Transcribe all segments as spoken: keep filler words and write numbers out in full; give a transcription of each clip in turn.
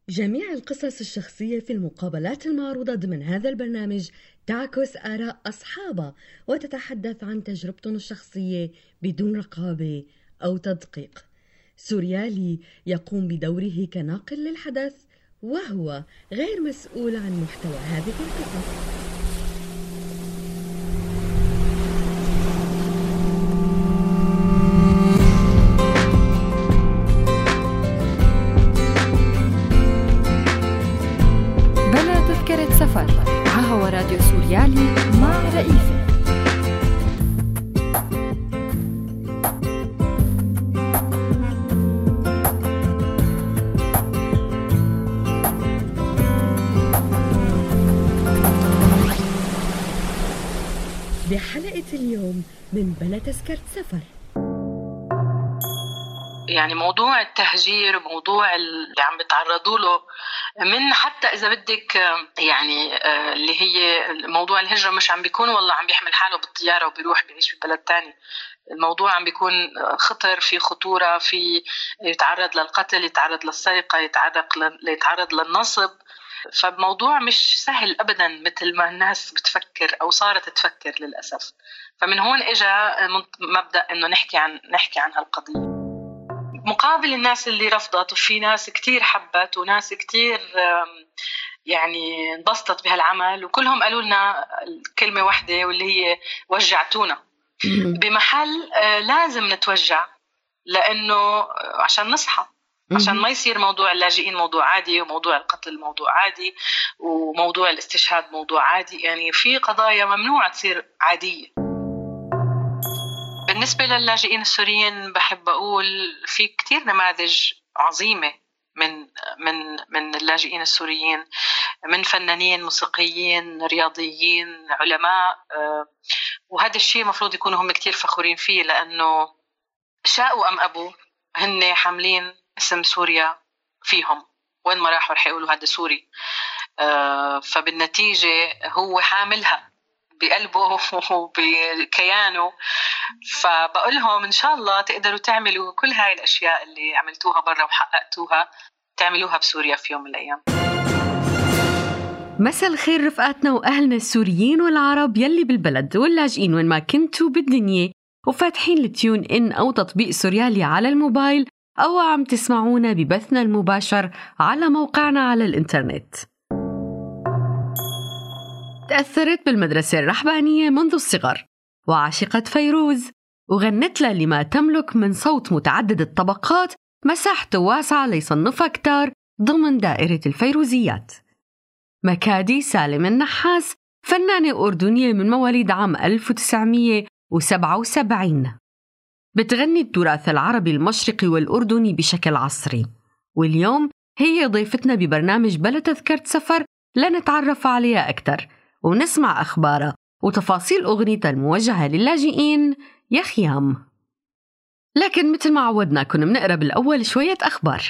جميع القصص الشخصية في المقابلات المعروضة ضمن هذا البرنامج تعكس آراء أصحابها وتتحدث عن تجربتهم الشخصية بدون رقابة أو تدقيق. سوريالي يقوم بدوره كناقل للحدث وهو غير مسؤول عن محتوى هذه القصص. سفر عهوى راديو سوريالي مع رئيفة. بحلقة اليوم من بلا تذكرة سفر، يعني موضوع التهجير، موضوع اللي عم بتعرضوا له من حتى إذا بدك يعني اللي هي موضوع الهجرة، مش عم بيكون والله عم بيحمل حاله بالطيارة وبيروح بيعيش ببلد تاني. الموضوع عم بيكون خطر، في خطورة، في يتعرض للقتل، يتعرض للسرقة، يتعرض يتعرض للنصب. فالموضوع مش سهل أبدا مثل ما الناس بتفكر أو صارت تفكر للأسف. فمن هون إجا مبدأ إنه نحكي عن نحكي عن هالقضية مقابل الناس اللي رفضت، وفي ناس كتير حبت وناس كتير يعني انبسطت بهالعمل، وكلهم قالوا لنا كلمة واحدة واللي هي وجعتونا. بمحل لازم نتوجع لأنه عشان نصحى، عشان ما يصير موضوع اللاجئين موضوع عادي، وموضوع القتل موضوع عادي، وموضوع الاستشهاد موضوع عادي. يعني في قضايا ممنوع تصير عادية. بالنسبة للاجئين السوريين بحب أقول في كتير نماذج عظيمة من من من اللاجئين السوريين، من فنانين، موسيقيين، رياضيين، علماء، وهذا الشيء مفروض يكونوا هم كتير فخورين فيه، لأنه شاءوا أم أبوا هن حاملين اسم سوريا فيهم، وين ما راحوا رح يقولوا هذا سوري. فبالنتيجة هو حاملها بقلبه وبكيانه. فبقولهم إن شاء الله تقدروا تعملوا كل هاي الأشياء اللي عملتوها برا وحققتوها، تعملوها بسوريا في يوم من الأيام. مساء الخير رفقاتنا وأهلنا السوريين والعرب يلي بالبلد واللاجئين وين ما كنتوا بالدنيا، وفاتحين لتيون إن أو تطبيق سوريالي على الموبايل، أو عم تسمعونا ببثنا المباشر على موقعنا على الإنترنت. تأثرت بالمدرسة الرحبانية منذ الصغر، وعاشقة فيروز، وغنت لها لما تملك من صوت متعدد الطبقات مساحته واسعة ليصنفها كتار ضمن دائرة الفيروزيات. مكادي سالم النحاس فنانة أردنية من مواليد عام ألف وتسعمية وسبعة وسبعين، بتغني التراث العربي المشرقي والأردني بشكل عصري، واليوم هي ضيفتنا ببرنامج بلا تذكرة سفر لنتعرف عليها أكثر ونسمع أخبارها وتفاصيل أغنيتها الموجهة للاجئين يا خيام. لكن مثل ما عودنا كنا بنقرأ بالأول شوية أخبار.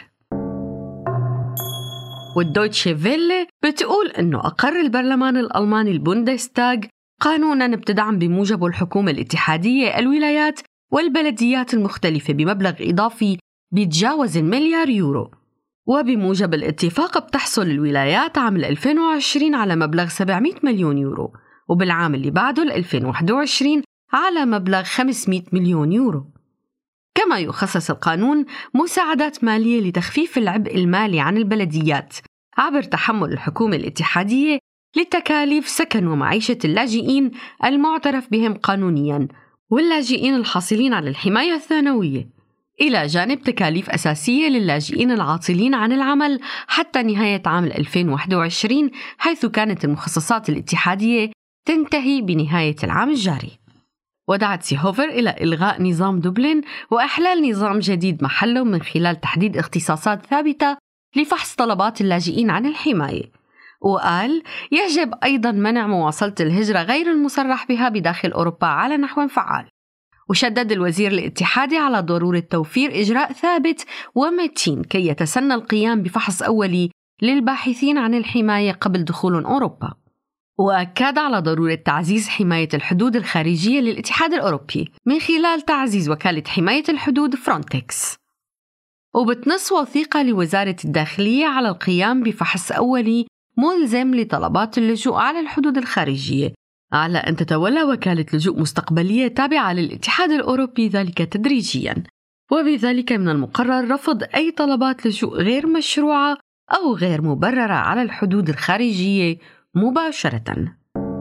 والدويتشي فيلي بتقول إنه أقر البرلمان الألماني البوندستاغ قانوناً بتدعم بموجبه الحكومة الاتحادية الولايات والبلديات المختلفة بمبلغ إضافي بيتجاوز المليار يورو. وبموجب الاتفاق بتحصل الولايات عام ألفين وعشرين على مبلغ سبعمية مليون يورو، وبالعام اللي بعده ألفين وواحد وعشرين على مبلغ خمسمية مليون يورو. كما يخصص القانون مساعدات مالية لتخفيف العبء المالي عن البلديات عبر تحمل الحكومة الاتحادية لتكاليف سكن ومعيشة اللاجئين المعترف بهم قانونياً واللاجئين الحاصلين على الحماية الثانوية، إلى جانب تكاليف أساسية للاجئين العاطلين عن العمل حتى نهاية عام ألفين وواحد وعشرين، حيث كانت المخصصات الاتحادية تنتهي بنهاية العام الجاري. ودعت سيهوفر إلى إلغاء نظام دوبلين وإحلال نظام جديد محله من خلال تحديد اختصاصات ثابتة لفحص طلبات اللاجئين عن الحماية. وقال يجب أيضاً منع مواصلة الهجرة غير المصرح بها بداخل أوروبا على نحو فعال. وشدد الوزير الاتحادي على ضرورة توفير إجراء ثابت ومتين كي يتسنى القيام بفحص أولي للباحثين عن الحماية قبل دخول أوروبا. وأكد على ضرورة تعزيز حماية الحدود الخارجية للاتحاد الأوروبي من خلال تعزيز وكالة حماية الحدود فرونتكس. وبتنص وثيقة لوزارة الداخلية على القيام بفحص أولي ملزم لطلبات اللجوء على الحدود الخارجية، على أن تتولى وكالة لجوء مستقبلية تابعة للاتحاد الأوروبي ذلك تدريجياً، وبذلك من المقرر رفض أي طلبات لجوء غير مشروعة أو غير مبررة على الحدود الخارجية مباشرة.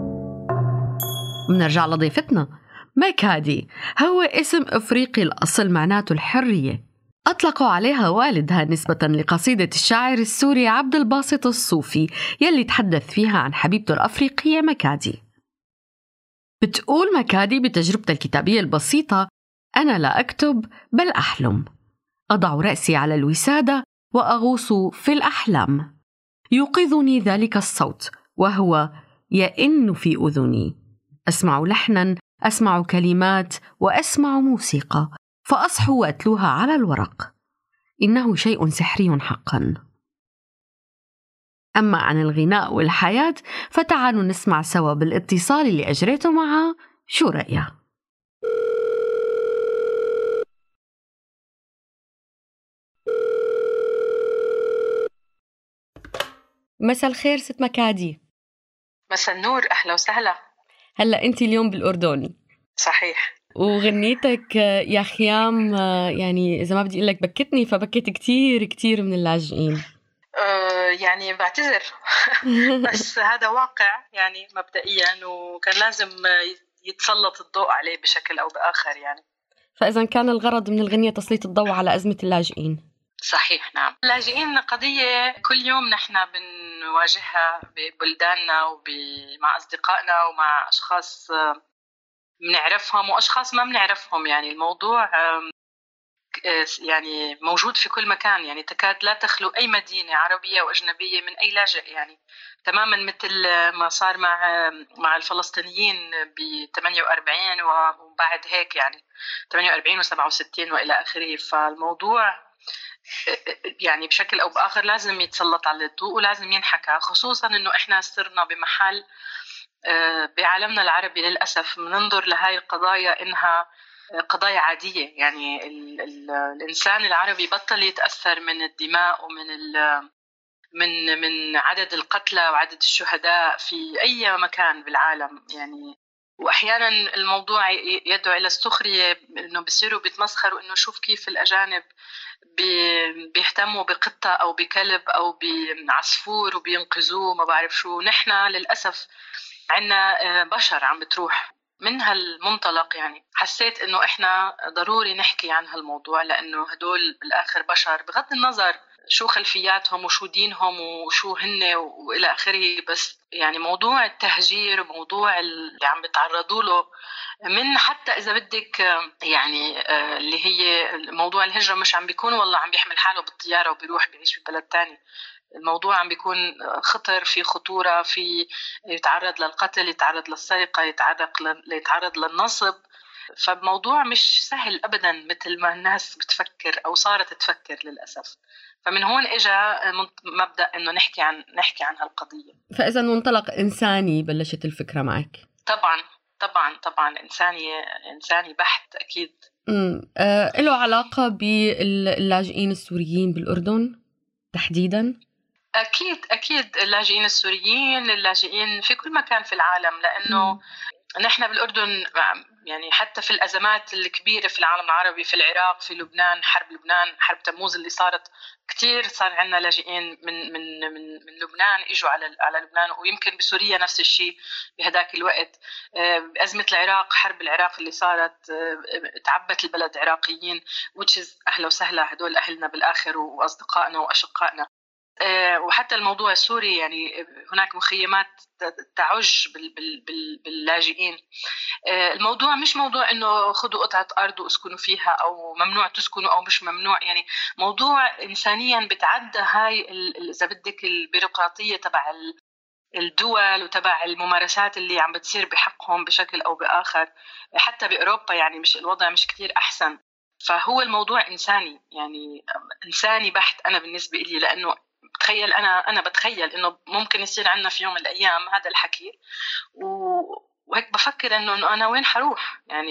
منرجع لضيفتنا. مكادي هو اسم أفريقي الأصل معناته الحرية، أطلقوا عليها والدها نسبة لقصيدة الشاعر السوري عبد الباسط الصوفي يلي تحدث فيها عن حبيبته الأفريقية مكادي. بتقول مكادي بتجربتها الكتابية البسيطة: أنا لا أكتب بل أحلم، أضع رأسي على الوسادة وأغوص في الأحلام، يوقظني ذلك الصوت وهو يئن في أذني، أسمع لحناً، أسمع كلمات وأسمع موسيقى، فأصحو وأتلوها على الورق، إنه شيء سحري حقاً. أما عن الغناء والحياة فتعالوا نسمع سوا بالاتصال اللي أجريته معها شو رأيها. مساء الخير ست مكادي. مساء النور، أهلا وسهلا. هلأ أنت اليوم بالأردن؟ صحيح. وغنيتك يا خيام يعني إذا ما بدي أقولك بكتني فبكيت كتير كتير من اللاجئين. أه يعني بعتذر بس هذا واقع يعني مبدئيا، وكان لازم يتسلط الضوء عليه بشكل أو بآخر يعني. فإذا كان الغرض من الغنية تسليط الضوء على أزمة اللاجئين. صحيح، نعم. اللاجئين قضية كل يوم نحن بنواجهها ببلداننا ومع أصدقائنا ومع أشخاص بنعرفهم وأشخاص ما بنعرفهم. يعني الموضوع يعني موجود في كل مكان، يعني تكاد لا تخلو أي مدينة عربية وأجنبية من أي لاجئ، يعني تماما مثل ما صار مع مع الفلسطينيين ب ثمانية وأربعين وبعد هيك يعني ثمانية وأربعين وسبعة وستين وإلى آخره. فالموضوع يعني بشكل أو بآخر لازم يتسلط على الضوء ولازم ينحكى، خصوصا إنه إحنا صرنا بمحل بعالمنا العربي للأسف مننظر لهاي القضايا إنها قضايا عادية. يعني ال ال الإنسان العربي بطل يتأثر من الدماء ومن من من عدد القتلى وعدد الشهداء في أي مكان بالعالم يعني. وأحيانا الموضوع يدعو إلى السخرية، إنه بيصيروا بيتمسخروا إنه شوف كيف الأجانب بيهتموا بقطة أو بكلب أو بعصفور وبينقذوه ما بعرف شو. نحن للأسف عنا بشر عم بتروح. من هالمنطلق يعني حسيت إنه إحنا ضروري نحكي عن هالموضوع، لأنه هدول بالآخر بشر بغض النظر شو خلفياتهم وشو دينهم وشو هن وإلى آخره. بس يعني موضوع التهجير وموضوع اللي عم بتعرضوا له من حتى إذا بدك يعني اللي هي موضوع الهجرة، مش عم بيكون والله عم بيحمل حاله بالطيارة وبيروح بيعيش في بلد تاني. الموضوع عم بيكون خطر، في خطورة، في يتعرض للقتل، يتعرض للسرقة، يتعرض يتعرض للنصب. فالموضوع مش سهل أبدا مثل ما الناس بتفكر أو صارت تفكر للأسف. فمن هون إجا مبدأ إنه نحكي عن نحكي عن هالقضية. فإذا منطلق إنساني بلشت الفكرة معك؟ طبعا طبعا طبعا إنساني إنساني بحت أكيد. امم آه له علاقة باللاجئين السوريين بالأردن تحديدا؟ أكيد أكيد اللاجئين السوريين، اللاجئين في كل مكان في العالم، لأنه م. نحن بالأردن يعني حتى في الأزمات الكبيرة في العالم العربي، في العراق، في لبنان، حرب لبنان، حرب تموز اللي صارت، كتير صار عندنا لاجئين من من من من لبنان اجوا على على لبنان، ويمكن بسوريا نفس الشيء بهداك الوقت. أزمة العراق، حرب العراق اللي صارت، تعبت البلد عراقيين which is أهلا وسهلا، هدول أهلنا بالآخر وأصدقائنا وأشقائنا. وحتى الموضوع السوري يعني هناك مخيمات تعج باللاجئين. الموضوع مش موضوع انه خذوا قطعة ارض واسكنوا فيها او ممنوع تسكنوا او مش ممنوع، يعني موضوع انسانيا بتعدى هاي اذا بدك البيروقراطية تبع الدول وتبع الممارسات اللي عم بتصير بحقهم بشكل او باخر. حتى باوروبا يعني مش الوضع مش كتير احسن. فهو الموضوع انساني، يعني انساني بحت انا بالنسبة لي، لانه تخيل أنا أنا بتخيل إنه ممكن يصير عنا في يوم من الأيام هذا الحكي، وهيك بفكر إنه أنا وين حروح، يعني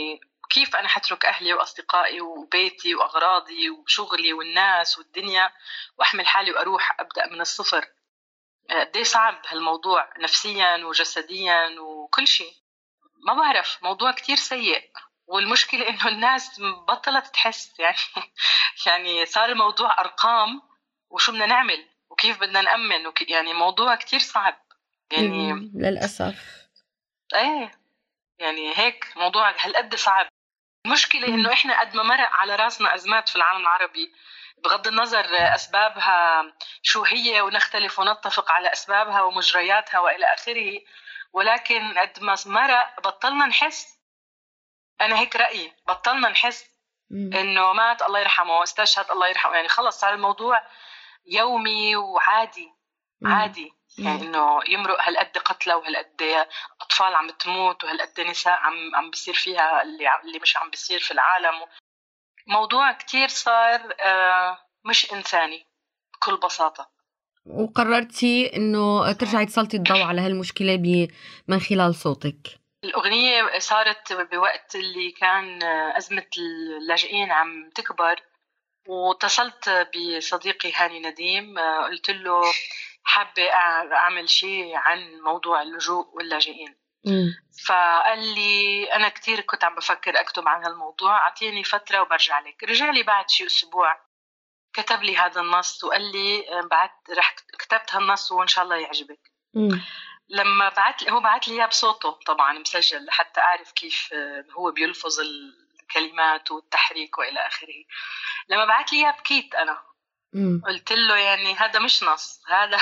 كيف أنا حترك أهلي وأصدقائي وبيتي وأغراضي وشغلي والناس والدنيا وأحمل حالي وأروح أبدأ من الصفر. قديه صعب هالموضوع نفسيا وجسديا وكل شيء. ما بعرف، موضوع كتير سيء. والمشكلة إنه الناس بطلت تحس يعني يعني صار الموضوع أرقام وشو بدنا نعمل وكيف بدنا نأمن وك... يعني موضوع كتير صعب يعني. للأسف ايه يعني هيك موضوع هالقد صعب. المشكلة مم. إنه إحنا قد ما مرق على راسنا أزمات في العالم العربي بغض النظر أسبابها شو هي، ونختلف ونتفق على أسبابها ومجرياتها وإلى آخره، ولكن قد ما مرق بطلنا نحس. أنا هيك رأيي، بطلنا نحس مم. إنه مات الله يرحمه واستشهد الله يرحمه، يعني خلص صار الموضوع يومي وعادي. مم. عادي يعني مم. إنه يمرق هالقد قتلى وهالقد أطفال عم تموت وهالقد نساء عم عم بيصير فيها اللي ع- اللي مش عم بيصير في العالم. موضوع كتير صار آه، مش إنساني بكل بساطة. وقررتي إنه ترجعي تسلطي الضوء على هالمشكلة ب- من خلال صوتك. الأغنية صارت بوقت اللي كان آه، أزمة اللاجئين عم تكبر، واتصلت بصديقي هاني نديم، آه، قلت له حابة أع- أعمل شيء عن موضوع اللجوء واللاجئين. مم. فقال لي أنا كتير كنت عم بفكر أكتب عن هالموضوع، أعطيني فترة وبرجع لك. رجع لي بعد شي أسبوع كتب لي هذا النص وقال لي آه، بعت رح كتبت هالنص وإن شاء الله يعجبك. مم. لما بعت لي هو بعت لي إياه بصوته طبعا مسجل لحتى أعرف كيف آه، هو بيلفظ الكلمات والتحريك وإلى آخره. لما بعت لي إياه بكيت أنا. مم. قلت له يعني هذا مش نص، هذا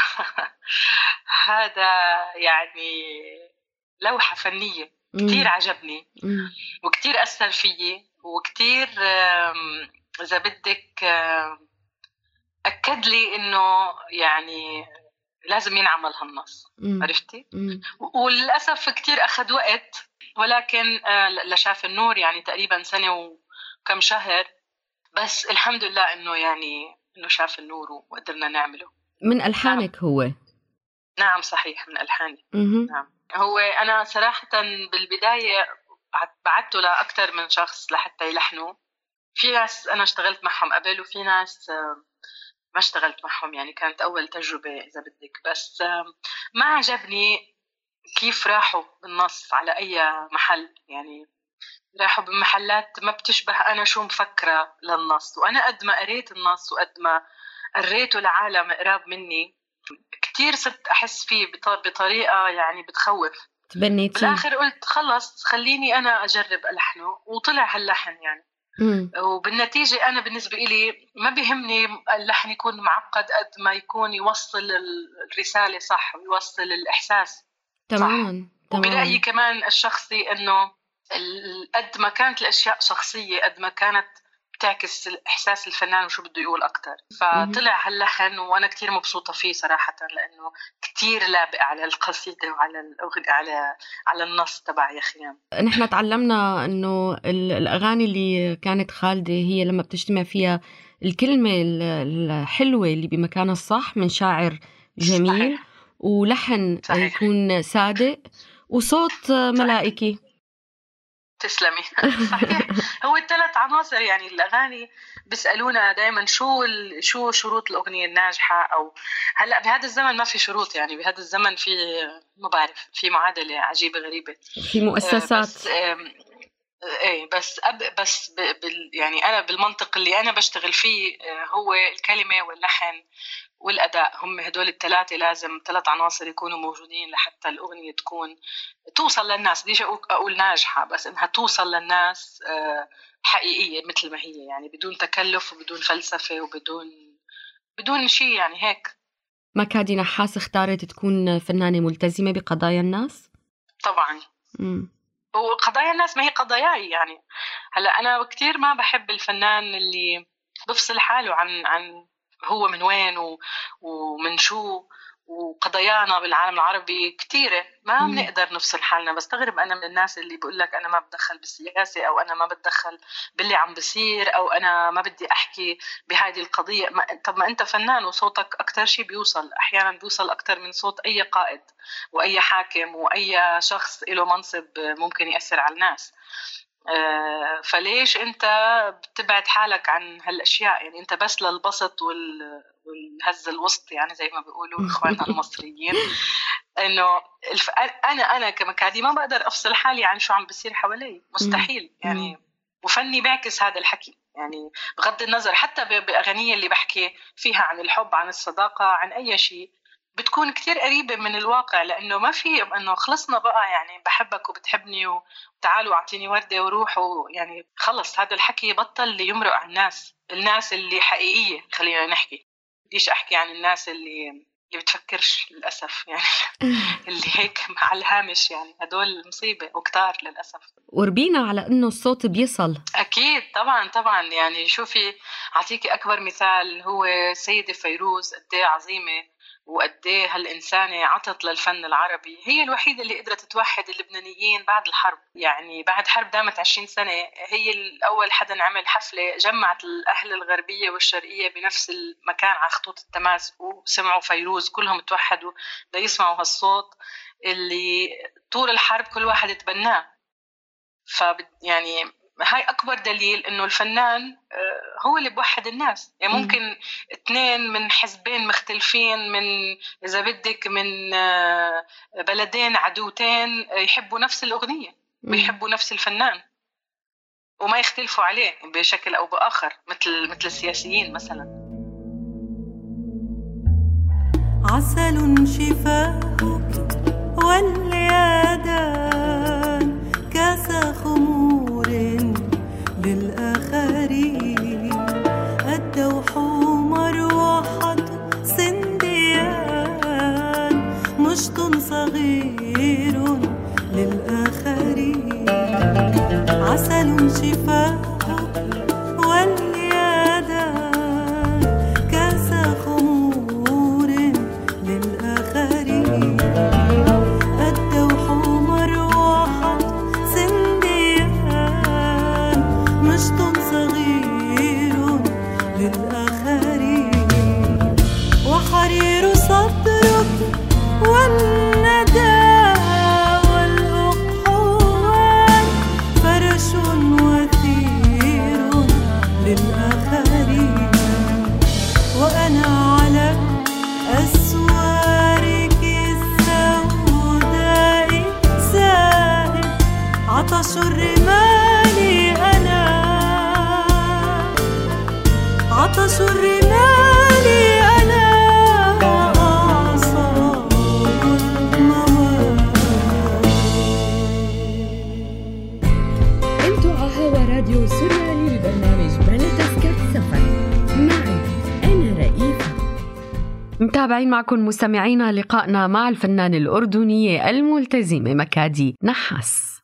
هذا يعني لوحة فنية. كتير مم. عجبني مم. وكتير أثر فيي وكتير آم، إذا بدك آم، أكد لي إنه يعني لازم ينعمل هالنص. مم. عرفتي؟ مم. وللأسف كتير أخذ وقت، ولكن آه، لشاف النور يعني تقريبا سنة وكم شهر، بس الحمد لله إنه يعني إنه شاف النور وقدرنا نعمله. من ألحانك هو؟ نعم صحيح من ألحاني. مهم. نعم هو أنا صراحة بالبداية بعته لأكثر من شخص لحتى يلحنوا. في ناس أنا اشتغلت معهم قبل وفي ناس آه، ما اشتغلت معهم، يعني كانت أول تجربة إذا بدك. بس آه، ما عجبني كيف راحوا بالنص على أي محل، يعني راحوا بمحلات ما بتشبه أنا شو مفكرة للنص. وأنا قد ما قريت النص وقد ما قريته لعالم قراب مني كتير صرت أحس فيه بط- بطريقة يعني بتخوف. تبنيتي؟ بالآخر قلت خلص خليني أنا أجرب ألحنه، وطلع هاللحن يعني. مم. وبالنتيجة أنا بالنسبة إلي ما بيهمني اللحن يكون معقد قد ما يكون يوصل الرسالة صح ويوصل الإحساس صح. تماما وبرأيي تماما. كمان الشخصي إنه ال- قد ما كانت الأشياء شخصية قد ما كانت بتعكس إحساس الفنان وشو بده يقول أكتر. مهم. فطلع هاللحن وأنا كتير مبسوطة فيه صراحة، لأنه كتير لابق على القصيدة وعلى الأغنية على على النص تبع يا خيام. نحن تعلمنا انه ال- الاغاني اللي كانت خالده هي لما بتجتمع فيها الكلمه ال- الحلوه اللي بمكانها الصح من شاعر جميل، صحيح ولحن صحيح يكون صادق، وصوت ملائكي. تسلمي صحيح. هو الثلاث عناصر يعني الأغاني بيسألونا دائما شو ال... شو شروط الأغنية الناجحة، أو هلا بهذا الزمن ما في شروط، يعني بهذا الزمن في ما بعرف في معادلة عجيبة غريبة. في آه، مؤسسات. بس آم، ايه بس أب بس ب... بال... يعني أنا بالمنطق اللي أنا بشتغل فيه آه، هو الكلمة واللحن والأداء، هم هدول الثلاثة لازم ثلاث عناصر يكونوا موجودين لحتى الأغنية تكون توصل للناس. بديش أقول ناجحة بس إنها توصل للناس آه، حقيقية مثل ما هي، يعني بدون تكلف وبدون فلسفة وبدون بدون شيء يعني هيك. مكادي نحاس اختارت تكون فنانة ملتزمة بقضايا الناس. طبعا مم. وقضايا الناس ما هي قضاياي يعني. هلا أنا كتير ما بحب الفنان اللي بفصل حاله عن عن هو من وين و- ومن شو. وقضايانا بالعالم العربي كتيرة ما مم. بنقدر نفصل حالنا. بستغرب أنا من الناس اللي بقول لك أنا ما بدخل بالسياسة، أو أنا ما بدخل باللي عم بصير، أو أنا ما بدي أحكي بهذه القضية. ما طب ما أنت فنان وصوتك أكتر شيء بيوصل، أحيانا بيوصل أكتر من صوت أي قائد وأي حاكم وأي شخص له منصب ممكن يأثر على الناس. آه فليش أنت بتبعد حالك عن هالأشياء؟ يعني أنت بس للبسط وال والهز الوسط، يعني زي ما بيقولوا إخواننا المصريين. إنه الف... أنا أنا كمكادي ما بقدر أفصل حالي عن شو عم بصير حوالي، مستحيل يعني. وفني بيعكس هذا الحكي، يعني بغض النظر حتى بأغنية اللي بحكي فيها عن الحب، عن الصداقة، عن أي شيء، بتكون كتير قريبة من الواقع، لأنه ما في أنه خلصنا بقى يعني بحبك وبتحبني وتعالوا أعطيني وردة وروحوا، يعني خلص هذا الحكي بطل يمرق عن الناس الناس اللي حقيقية. خلينا نحكي، ليش أحكي عن الناس اللي اللي بتفكرش للأسف، يعني اللي هيك على الهامش، يعني هدول مصيبة وكتار للأسف. وربينا على أنه الصوت بيصل. أكيد طبعا طبعا. يعني شوفي أعطيكي أكبر مثال، هو السيدة فيروز قديه عظيمة وقديه هالإنسانة عطت للفن العربي. هي الوحيدة اللي قدرت توحد اللبنانيين بعد الحرب، يعني بعد حرب دامت عشرين سنة. هي الأول حدا عمل حفلة جمعت الأهل الغربية والشرقية بنفس المكان على خطوط التماس، وسمعوا فيروز كلهم توحدوا ليسمعوا هالصوت اللي طول الحرب كل واحد تبناه. ف يعني هاي أكبر دليل إنه الفنان هو اللي بوحد الناس. يعني ممكن اثنين من حزبين مختلفين، من إذا بدك من بلدين عدوتين، يحبوا نفس الأغنية ويحبوا نفس الفنان وما يختلفوا عليه بشكل أو بآخر، مثل مثل السياسيين مثلا. عسل شفاهك واليدان كاس خمور للآخرين، الدوح مروحة سنديان، مشط صغير للآخرين. عسل شفاهك واليدان كاس خمور للآخرين، الدوح مروحة سنديان، مشط صغير للآخرين. وحرير صدرك والندى والأقحوان، فرش وثير للآخرين. وأنا على أسوارك السوداء سائل، عطش الرمال أنا، عطش الرمال أنا، وأعصاب المواد. انتوا على هوا راديو سوريالي ببرنامج بلا تذكرة سفر معي أنا رئيفة. متابعين معكم مستمعينا لقائنا مع الفنانة الأردنية الملتزمة مكادي نحاس.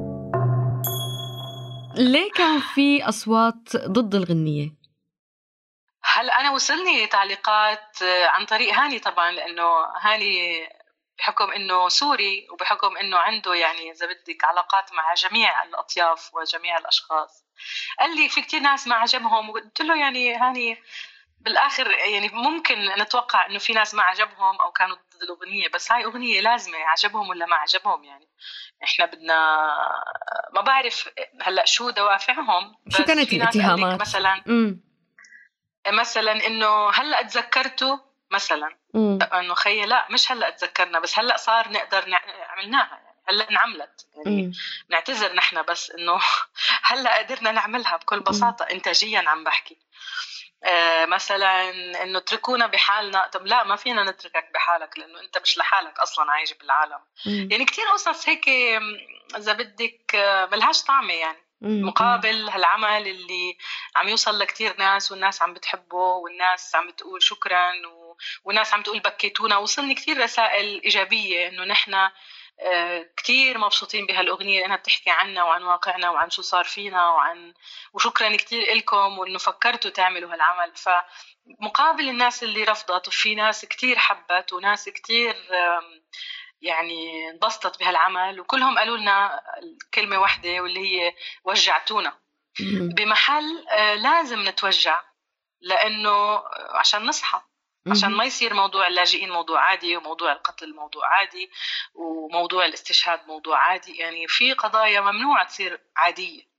ليه كان في أصوات ضد الغنية؟ هل أنا وصلني تعليقات عن طريق هاني طبعا، لأنه هاني بحكم أنه سوري وبحكم أنه عنده يعني إذا بدك علاقات مع جميع الأطياف وجميع الأشخاص، قال لي في كتير ناس ما عجبهم. وقلت له يعني هاني بالآخر يعني ممكن نتوقع أنه في ناس ما عجبهم أو كانوا ضد الأغنية، بس هاي أغنية لازمة، عجبهم ولا ما عجبهم. يعني إحنا بدنا ما بعرف هلأ شو دوافعهم، شو كانت الاتهامات مثلا مم. مثلا إنه هلأ تذكرتوا مثلا مم. إنه خي لا مش هلأ تذكرنا، بس هلأ صار نقدر عملناها، يعني هلأ انعملت، يعني مم. نعتذر نحن، بس إنه هلأ قدرنا نعملها بكل بساطة. مم. إنتاجيا عم بحكي. آه مثلا إنه اتركونا بحالنا. طب لا، ما فينا نتركك بحالك، لأنه أنت مش لحالك أصلا عايش بالعالم. مم. يعني كتير قصص هيك إذا بدك ملهاش طعمة، يعني مم. مقابل هالعمل اللي عم يوصل لكتير ناس، والناس عم بتحبه، والناس عم بتقول شكرا، و... والناس عم تقول بكيتونا. وصلني كتير رسائل إيجابية إنه نحن كتير مبسوطين بهالأغنية لأنها بتحكي عنا وعن واقعنا وعن شو صار فينا، وعن وشكرا كتير لكم وإنه فكرتوا تعملوا هالعمل. فمقابل الناس اللي رفضت، وفي ناس كتير حبت، وناس كتير يعني انبسطت بهالعمل، وكلهم قالوا لنا كلمة واحدة واللي هي وجعتونا. بمحل لازم نتوجع، لأنه عشان نصحى، عشان ما يصير موضوع اللاجئين موضوع عادي، وموضوع القتل موضوع عادي، وموضوع الاستشهاد موضوع عادي. يعني في قضايا ممنوع تصير عادية.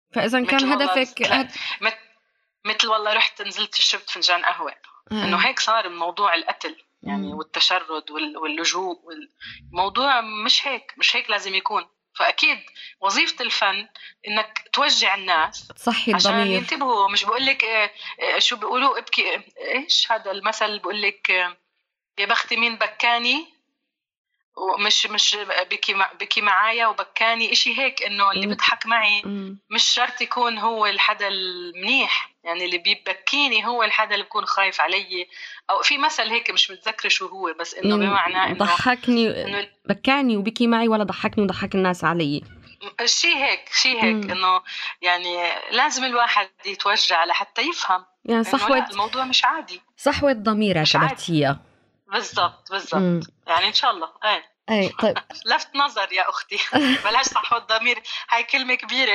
فاذا كان هدفك هد... مثل والله رحت نزلت شربت فنجان قهوه آه. انه هيك صار موضوع القتل يعني مم. والتشرد واللجوء والموضوع مش هيك مش هيك لازم يكون. فأكيد وظيفة الفن إنك توجع الناس تصحي عشان الضمير. ينتبهوا. مش بقولك شو بيقولوا ابكي، إيش هذا المثل بقولك يا بختي مين بكاني ومش مش بكي بكي معايا وبكاني إشي هيك. إنه اللي بضحك معي مش شرط يكون هو الحدا المنيح، يعني اللي بيبكيني هو الحدا اللي بكون خايف علي. أو في مثل هيك مش متذكر شو هو، بس إنه بمعنى إنه ضحكني إنه بكاني وبكي معي ولا ضحكني وضحك الناس علي. شيء هيك شيء هيك إنه يعني لازم الواحد يتوجع لحتى يفهم يعني صحوة الموضوع مش عادي. صحوة ضمير اعتبرتيها. بالضبط بالضبط. يعني إن شاء الله. ايه اي طيب. لفت نظر يا أختي. بلاش صحوة ضمير، هاي كلمة كبيرة.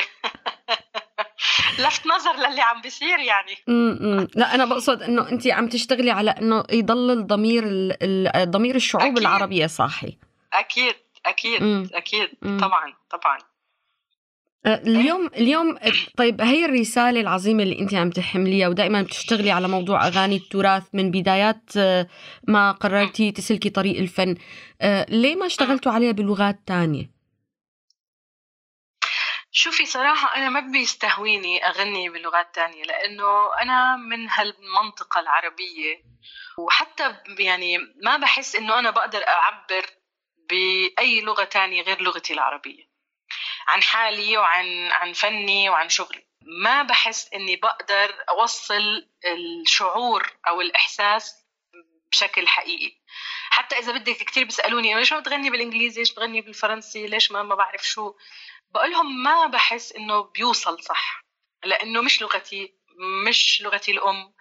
لفت نظر للي عم بيصير يعني. امم لا أنا بقصد إنه أنتي عم تشتغلي على إنه يضل الضمير الضمير الشعوب أكيد. العربية صاحي. أكيد أكيد مم. أكيد مم. طبعا طبعا. اليوم اليوم طيب هي الرسالة العظيمة اللي أنت عم تحمليها ودائما بتشتغلي على موضوع أغاني التراث من بدايات ما قررتي تسلكي طريق الفن، ليه ما اشتغلتوا عليها بلغات تانية؟ شوفي صراحة أنا ما بيستهويني أغني بلغات تانية، لأنه أنا من هالمنطقة العربية، وحتى يعني ما بحس إنه أنا بقدر أعبر بأي لغة تانية غير لغتي العربية عن حالي وعن عن فني وعن شغلي. ما بحس إني بقدر أوصل الشعور أو الإحساس بشكل حقيقي. حتى إذا بدك كتير بيسألوني ليش ما بتغني بالإنجليزي، ليش بتغني بالفرنسي، ليش ما ما بعرف شو، بقولهم ما بحس إنه بيوصل صح، لأنه مش لغتي مش لغتي الأم،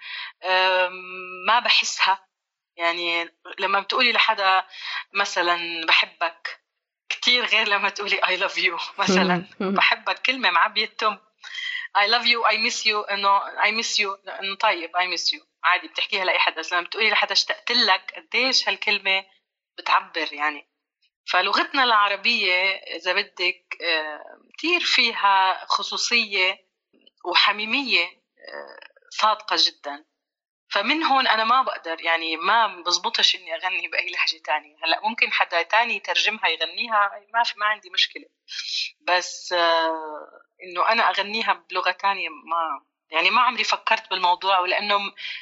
ما بحسها. يعني لما بتقولي لحدا مثلا بحبك كتير غير لما تقولي I love you مثلا. بحبك كلمة معبية تم. I love you I miss you إنه I miss you إنه طيب I miss you عادي بتحكيها لأي حدا، بس لما بتقولي لحدا اشتقت لك قديش هالكلمة بتعبر يعني. فلغتنا العربية إذا بدك كتير فيها خصوصية وحميمية صادقة جدا. فمن هون أنا ما بقدر يعني ما بزبطش إني أغني بأي لهجة تانية. هلأ ممكن حدا تاني يترجمها يغنيها ما في ما عندي مشكلة، بس آه إنه أنا أغنيها بلغة تانية ما يعني ما عمري فكرت بالموضوع، ولأنه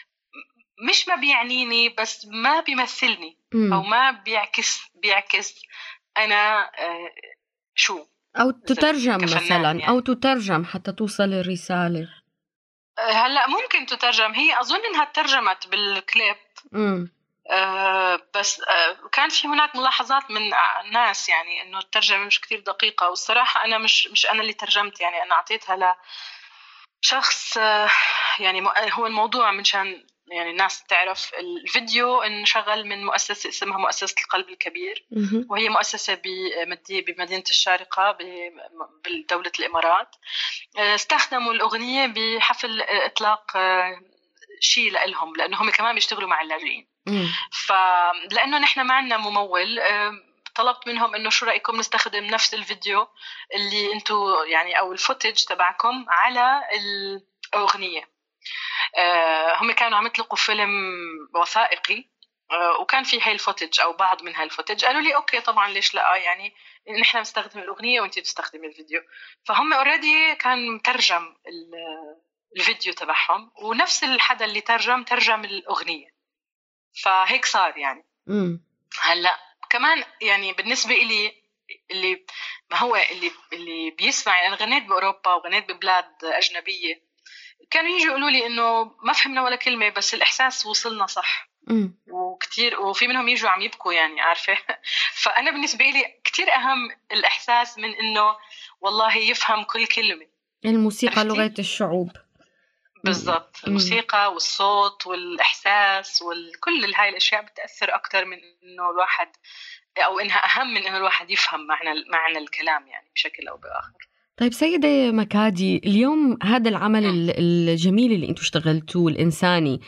مش ما بيعنيني بس ما بيمثلني أو ما بيعكس بيعكس أنا آه شو أو تترجم مثلا يعني. أو تترجم حتى توصل الرسالة. هلا ممكن تترجم، هي أظن إنها ترجمت بالكليب آه بس آه كان في هناك ملاحظات من الناس يعني إنه الترجمة مش كتير دقيقة، والصراحة أنا مش مش أنا اللي ترجمت، يعني أنا أعطيتها لشخص آه يعني هو الموضوع منشان يعني الناس تعرف. الفيديو انشغل من مؤسسة اسمها مؤسسة القلب الكبير، وهي مؤسسة بمدينة الشارقة بدولة الإمارات. استخدموا الأغنية بحفل إطلاق شيء لهم، لأنهم كمان بيشتغلوا مع اللاجئين. فلأنه نحن معنا ممول طلبت منهم إنه شو رأيكم نستخدم نفس الفيديو اللي أنتوا يعني أو الفوتج تبعكم على الأغنية. آه هم كانوا عم يطلقوا فيلم وثائقي آه وكان في هاي الفوتج أو بعض من هاي الفوتج. قالوا لي أوكي طبعا ليش لا، يعني نحن نستخدم الأغنية وأنتي تستخدمي الفيديو. فهم أوريدي كان مترجم الفيديو تبعهم، ونفس الحدا اللي ترجم ترجم الأغنية، فهيك صار يعني. مم. هلأ كمان يعني بالنسبة إلي اللي ما هو اللي اللي بيسمع، يعني أنا غنيت بأوروبا وغنيت ببلاد أجنبية، كانوا يجوا يقولوا لي إنه ما فهمنا ولا كلمة بس الإحساس وصلنا صح. مم. وكتير وفي منهم يجوا عم يبكوا يعني عارفة. فأنا بالنسبة لي كتير أهم الإحساس من إنه والله يفهم كل كلمة. الموسيقى لغة الشعوب. بالضبط. الموسيقى والصوت والإحساس وكل هاي الأشياء بتأثر أكتر من إنه الواحد أو إنها أهم من إنه الواحد يفهم معنى معنى الكلام يعني بشكل أو بآخر. طيب سيدة مكادي، اليوم هذا العمل الجميل اللي انتوا اشتغلتوه الإنساني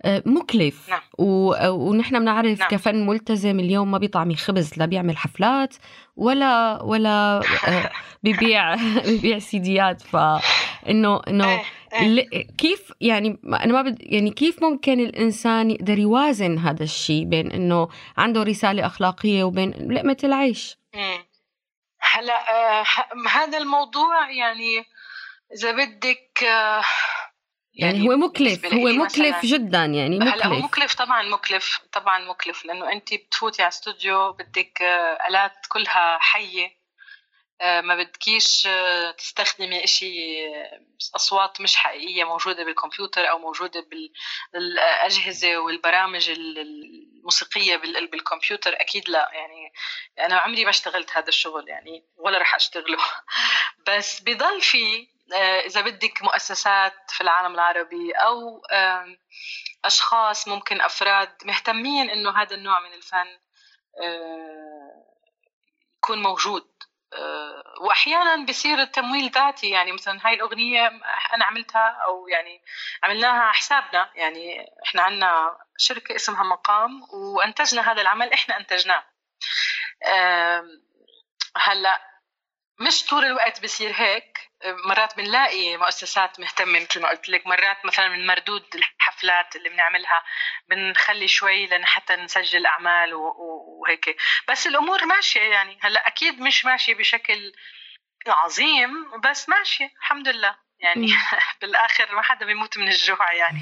مكلف. نعم. و- ونحن بنعرف نعم. كفن ملتزم اليوم ما بيطعمي خبز، لا بيعمل حفلات ولا ولا آه، بيبيع بيبيع سيديات. فإنه إنه إيه، إيه. ل- كيف يعني أنا ما بد يعني كيف ممكن الإنسان يقدر يوازن هذا الشيء بين إنه عنده رسالة أخلاقية وبين لقمة العيش؟ مم. هلا آه، ه- هذا الموضوع يعني إذا بدك آه، يعني هو مكلف، بالنسبة هو لإلي مكلف مثلاً، جدا يعني هلا هو مكلف. مكلف طبعا، مكلف طبعا مكلف، لأنه أنت بتفوتي على استوديو بدك آه، آلات كلها حية، آه، ما بدكيش آه، تستخدمي إشي آه، أصوات مش حقيقية موجودة بالكمبيوتر أو موجودة بالأجهزة والبرامج الموسيقية بال- بالكمبيوتر. أكيد لا، يعني أنا عمري ما اشتغلت هذا الشغل يعني ولا رح أشتغله. بس بضل في آه، إذا بدك مؤسسات في العالم العربي أو آم، أشخاص، ممكن أفراد مهتمين إنه هذا النوع من الفن آه، يكون موجود. آه، واحيانا بصير التمويل ذاتي، يعني مثلا هاي الاغنيه انا عملتها او يعني عملناها على حسابنا، يعني احنا عندنا شركه اسمها مقام وانتجنا هذا العمل، احنا انتجناه. آم، هلا مش طول الوقت بصير هيك، مرات بنلاقي مؤسسات مهتمة مثل ما قلت لك، مرات مثلا من مردود الحفلات اللي بنعملها بنخلي شوي لأن حتى نسجل أعمال و- و- وهيك، بس الأمور ماشية يعني. هلا أكيد مش ماشية بشكل عظيم بس ماشية الحمد لله يعني. مم. بالآخر ما حدا بيموت من الجوع يعني.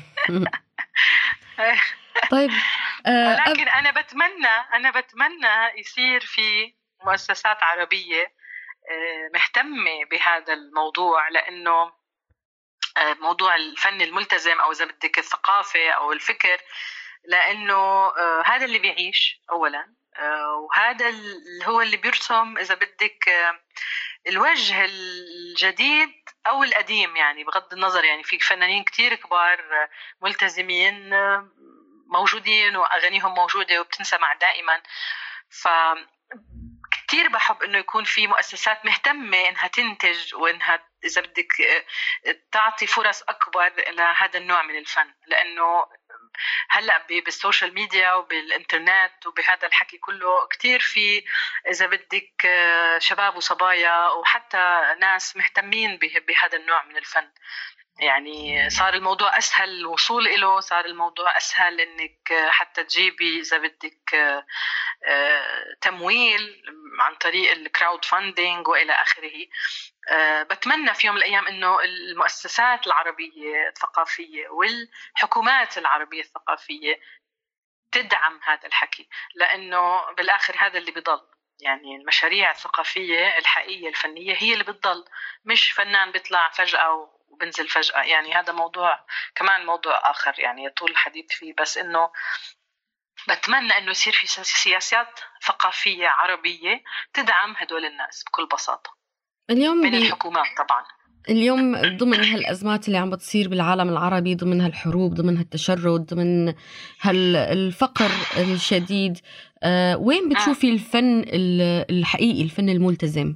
طيب آه، أب- ولكن أنا بتمنى أنا بتمنى يصير في مؤسسات عربية آه، مهتمة بهذا الموضوع، لأنه آه، موضوع الفن الملتزم أو إذا بدك الثقافة أو الفكر، لأنه آه، هذا اللي بيعيش أولا، آه، وهذا اللي هو اللي بيرسم إذا بدك آه، الوجه الجديد أو القديم، يعني بغض النظر. يعني في فنانين كتير كبار آه، ملتزمين آه، موجودين وأغانيهم موجودة وبتنسمع دائما. ف كتير بحب إنه يكون في مؤسسات مهتمة إنها تنتج وإنها إذا بدك آه، تعطي فرص أكبر لهذا النوع من الفن، لأنه هلأ ب- بالسوشيال ميديا وبالإنترنت وبهذا الحكي كله كتير في إذا بدك آه، شباب وصبايا وحتى ناس مهتمين به- بهذا النوع من الفن. يعني صار الموضوع أسهل الوصول إله، صار الموضوع أسهل إنك آه، حتى تجيبي إذا بدك آه، آه، تمويل عن طريق الكراود فاندينج وإلى آخره. آه، بتمنى في يوم من الأيام إنه المؤسسات العربية الثقافية والحكومات العربية الثقافية تدعم هذا الحكي، لأنه بالآخر هذا اللي بيضل. يعني المشاريع الثقافية الحقيقية الفنية هي اللي بتضل، مش فنان بيطلع فجأة وبنزل فجأة. يعني هذا موضوع كمان موضوع آخر يعني يطول الحديث فيه، بس إنه بتمنى إنه يصير في سياسات ثقافية عربية تدعم هدول الناس بكل بساطة اليوم من بي... الحكومات طبعا. اليوم ضمن هالأزمات اللي عم بتصير بالعالم العربي، ضمن هالحروب، ضمن هالتشرد، ضمن هالفقر الشديد، آه، وين بتشوفي الفن ال- الحقيقي، الفن الملتزم؟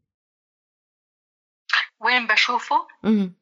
وين بشوفه؟ مهم.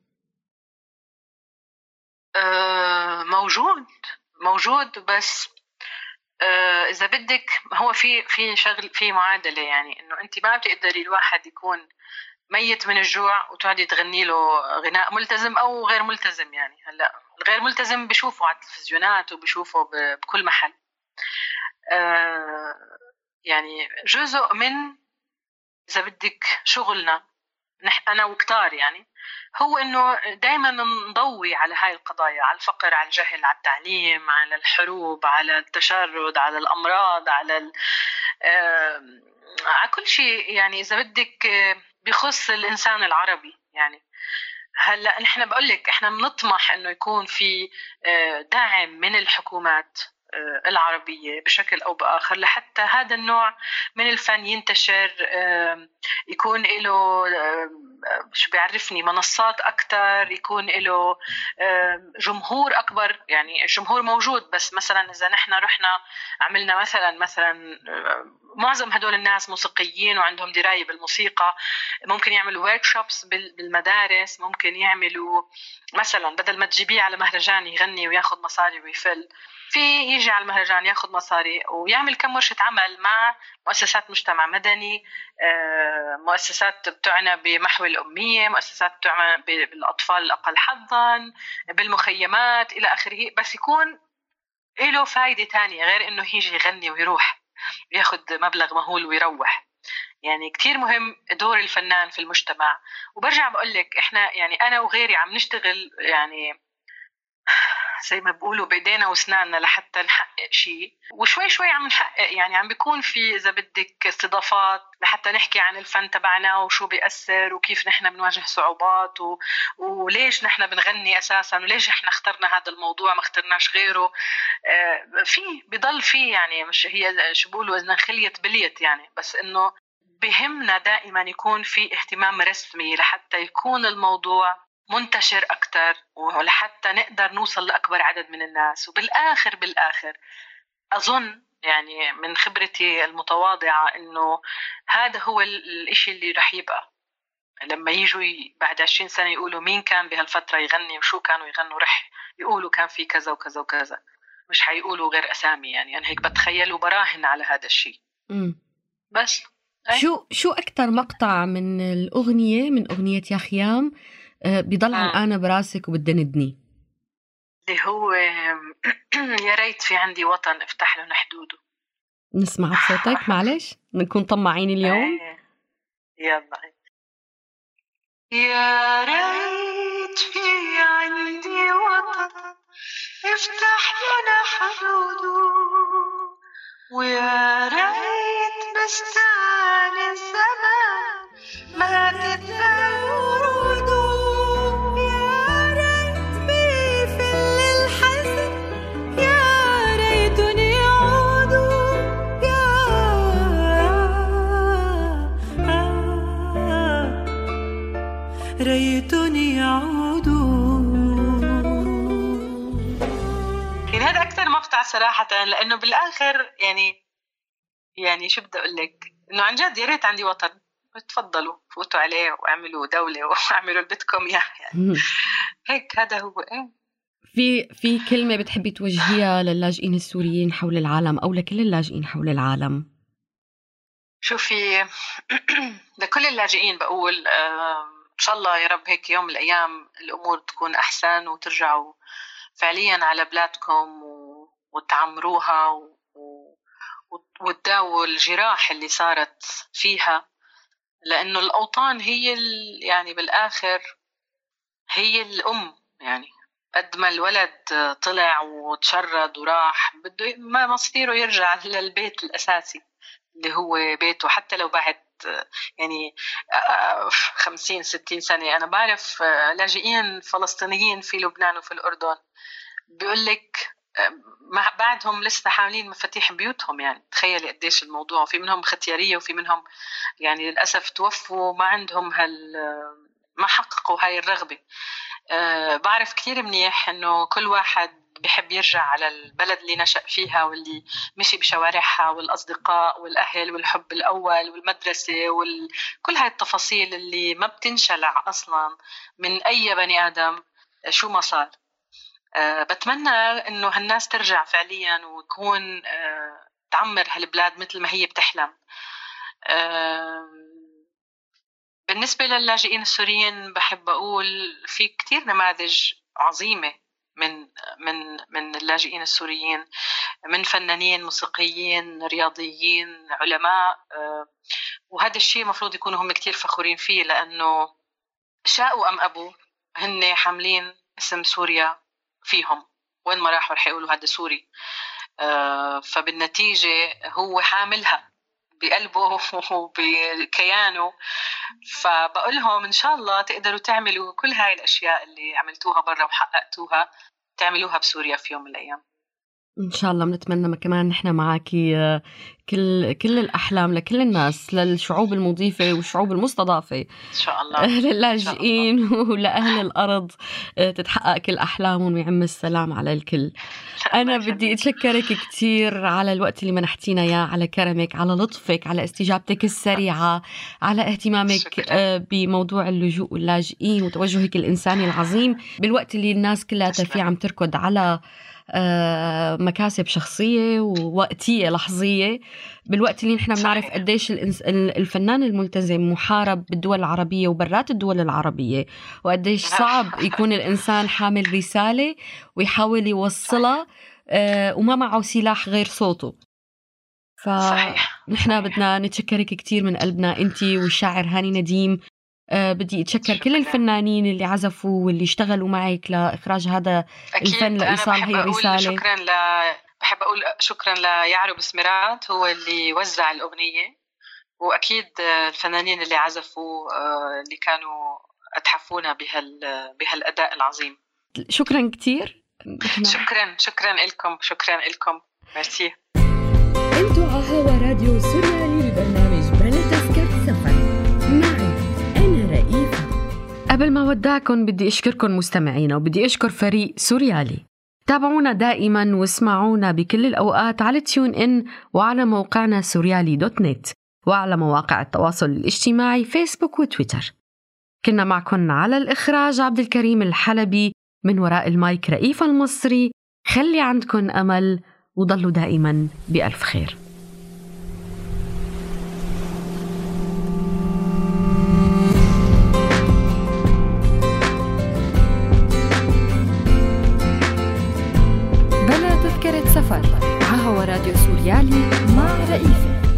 آه، موجود موجود بس آه، إذا بدك هو في في شغل في معادلة، يعني إنه أنت ما بتقدري الواحد يكون ميت من الجوع وتقعدي تغني له غناء ملتزم أو غير ملتزم. يعني هلا الغير ملتزم بشوفه على التلفزيونات وبشوفه ب- بكل محل. آه، يعني جزء من إذا بدك شغلنا نح أنا وكتار يعني هو إنه دائما نضوي على هاي القضايا، على الفقر، على الجهل، على التعليم، على الحروب، على التشرد، على الأمراض، على ال... آه... على كل شيء يعني إذا بدك آه، بيخص الإنسان العربي. يعني هلا نحن بقول لك احنا بنطمح انه يكون في آه، دعم من الحكومات آه، العربية بشكل أو بآخر لحتى هذا النوع من الفن ينتشر، آه، يكون له آه، شو بيعرفني منصات أكتر، يكون له جمهور أكبر. يعني الجمهور موجود، بس مثلا إذا نحن رحنا عملنا مثلا مثلا معظم هدول الناس موسيقيين وعندهم دراية بالموسيقى، ممكن يعملوا workshops بالمدارس، ممكن يعملوا مثلا بدل ما تجيبيه على مهرجان يغني وياخد مصاري ويفل، في يجي على المهرجان ياخد مصاري ويعمل كم ورشة عمل مع مؤسسات مجتمع مدني، مؤسسات بتعنى بمحو الأمية، مؤسسات بتعنى بالأطفال الأقل حظاً، بالمخيمات إلى آخره، بس يكون له فايدة تانية غير إنه يجي يغني ويروح وياخد مبلغ مهول ويروح. يعني كتير مهم دور الفنان في المجتمع. وبرجع بقولك إحنا يعني أنا وغيري عم نشتغل يعني زي ما بقولوا بإيدينا وسناننا لحتى نحقق شيء، وشوي شوي عم نحقق. يعني عم بيكون في إذا بدك استضافات لحتى نحكي عن الفن تبعنا وشو بيأثر وكيف نحن بنواجه صعوبات و... وليش نحن بنغني أساساً، وليش إحنا اخترنا هذا الموضوع ما اخترناش غيره. آه في بيضل في يعني مش هي شو بقولوا إذا خليت بليت يعني، بس إنه بهمنا دائماً يكون في اهتمام رسمي لحتى يكون الموضوع منتشر أكتر ولحتى نقدر نوصل لأكبر عدد من الناس. وبالآخر بالآخر أظن يعني من خبرتي المتواضعة إنه هذا هو الإشي اللي رح يبقى لما يجوا بعد عشرين سنة يقولوا مين كان بهالفترة يغني وشو كانوا يغنوا، رح يقولوا كان في كذا وكذا وكذا، مش حيقولوا غير أسامي. يعني أنا هيك بتخيل وبراهن على هذا الشيء. بس أي؟ شو شو أكتر مقطع من الأغنية من أغنية يا خيام بيضل علقانة براسك وبدندني؟ اللي هو يا ريت في عندي وطن افتح له حدوده. نسمع بصوتك معلش نكون طماعين اليوم. يلا. يا ريت في عندي وطن افتح لنا حدوده، ويا ريت بستان الزمان ما تتبع وروده، يا ريت بيفل الحزن يا ريتن يعودوا، يا ريتن يعودوا. يعني هذا أكثر مقطع صراحة، لأنه بالآخر يعني يعني شو بدي أقول لك، إنه عن جد يا ريت عندي وطن، تفضلوا فوتوا عليه واعملوا دولة واعملوا اللي بدكم إياه يعني. هيك هذا هو. إيه في في كلمة بتحبي توجهيها للاجئين السوريين حول العالم أو لكل اللاجئين حول العالم؟ شوفي لكل اللاجئين بقول آه إن شاء الله يا رب هيك يوم من الأيام الأمور تكون أحسن وترجعوا فعليا على بلادكم وتعمروها وتداووا الجراح اللي صارت فيها، لأنه الأوطان هي يعني بالآخر هي الأم. يعني قد ما الولد طلع وتشرد وراح بده ما مصيره يرجع للبيت الأساسي اللي هو بيته، حتى لو بعد يعني خمسين ستين سنة. أنا بعرف لاجئين فلسطينيين في لبنان وفي الأردن بيقولك ما بعدهم لسه حاملين مفاتيح بيوتهم. يعني تخيلي قديش الموضوع، في منهم ختيارية وفي منهم يعني للأسف توفوا ما عندهم هال ما حققوا هاي الرغبة. أه بعرف كتير منيح إنه كل واحد بيحب يرجع على البلد اللي نشأ فيها واللي مشي بشوارعها والأصدقاء والأهل والحب الأول والمدرسة وكل هاي التفاصيل اللي ما بتنشلع أصلا من أي بني آدم شو ما صار. أه بتمنى إنه هالناس ترجع فعليا وتكون أه تعمر هالبلاد مثل ما هي بتحلم. أه بالنسبة للاجئين السوريين بحب أقول في كتير نماذج عظيمة من من من اللاجئين السوريين، من فنانين موسيقيين رياضيين علماء، أه وهذا الشيء مفروض يكونوا هم كتير فخورين فيه، لأنه شاءوا أم أبوا هن حاملين اسم سوريا فيهم، وين ما راحوا رح يقولوا هذا سوري. آه فبالنتيجة هو حاملها بقلبه وبكيانه. فبقولهم إن شاء الله تقدروا تعملوا كل هاي الأشياء اللي عملتوها برا وحققتوها تعملوها بسوريا في يوم من الأيام. إن شاء الله بنتمنى كمان نحن معاكي كل كل الأحلام لكل الناس، للشعوب المضيفة والشعوب المستضعفة إن شاء الله، للاجئين ولأهل الأرض، تتحقق كل أحلامهم ويعم السلام على الكل. أنا بدي أتشكرك كتير على الوقت اللي منحتينا إياه، على كرمك، على لطفك، على استجابتك السريعة، على اهتمامك بموضوع اللجوء واللاجئين وتوجهك الإنساني العظيم بالوقت اللي الناس كلها فيه عم تركض على مكاسب شخصية ووقتية لحظية، بالوقت اللي نحن بنعرف قديش الفنان الملتزم محارب بالدول العربية وبرات الدول العربية، وقديش صعب يكون الإنسان حامل رسالة ويحاول يوصلها وما معه سلاح غير صوته. فنحن بدنا نتشكرك كتير من قلبنا أنتي والشاعر هاني نديم. أه بدي أتشكر كل الفنانين اللي عزفوا واللي اشتغلوا معك لإخراج هذا الفن لإيصال هي الرسالة. شكرا ل... بحب أقول شكرا ليعرب سميرات هو اللي وزع الأغنية، وأكيد الفنانين اللي عزفوا اللي كانوا أتحفونا بهال... بهالأداء العظيم. شكرا كتير. شكرا شكرا لكم شكرا لكم ميرسي. انتوا على هوا راديو سوريالي ببرنامج بلا تذكرة سفر معي أنا رئيفة. قبل ما ودعكم بدي أشكركم مستمعينا، وبدي أشكر فريق سوريالي. تابعونا دائما واسمعونا بكل الأوقات على تيون إن وعلى موقعنا سوريالي دوت نت وعلى مواقع التواصل الاجتماعي فيسبوك وتويتر. كنا معكم على الإخراج عبد الكريم الحلبي، من وراء المايك رئيفة المصري. خلي عندكم أمل وضلوا دائما بألف خير. بلا تذكرة سفر على هوا راديو سوريالي مع رئيفة.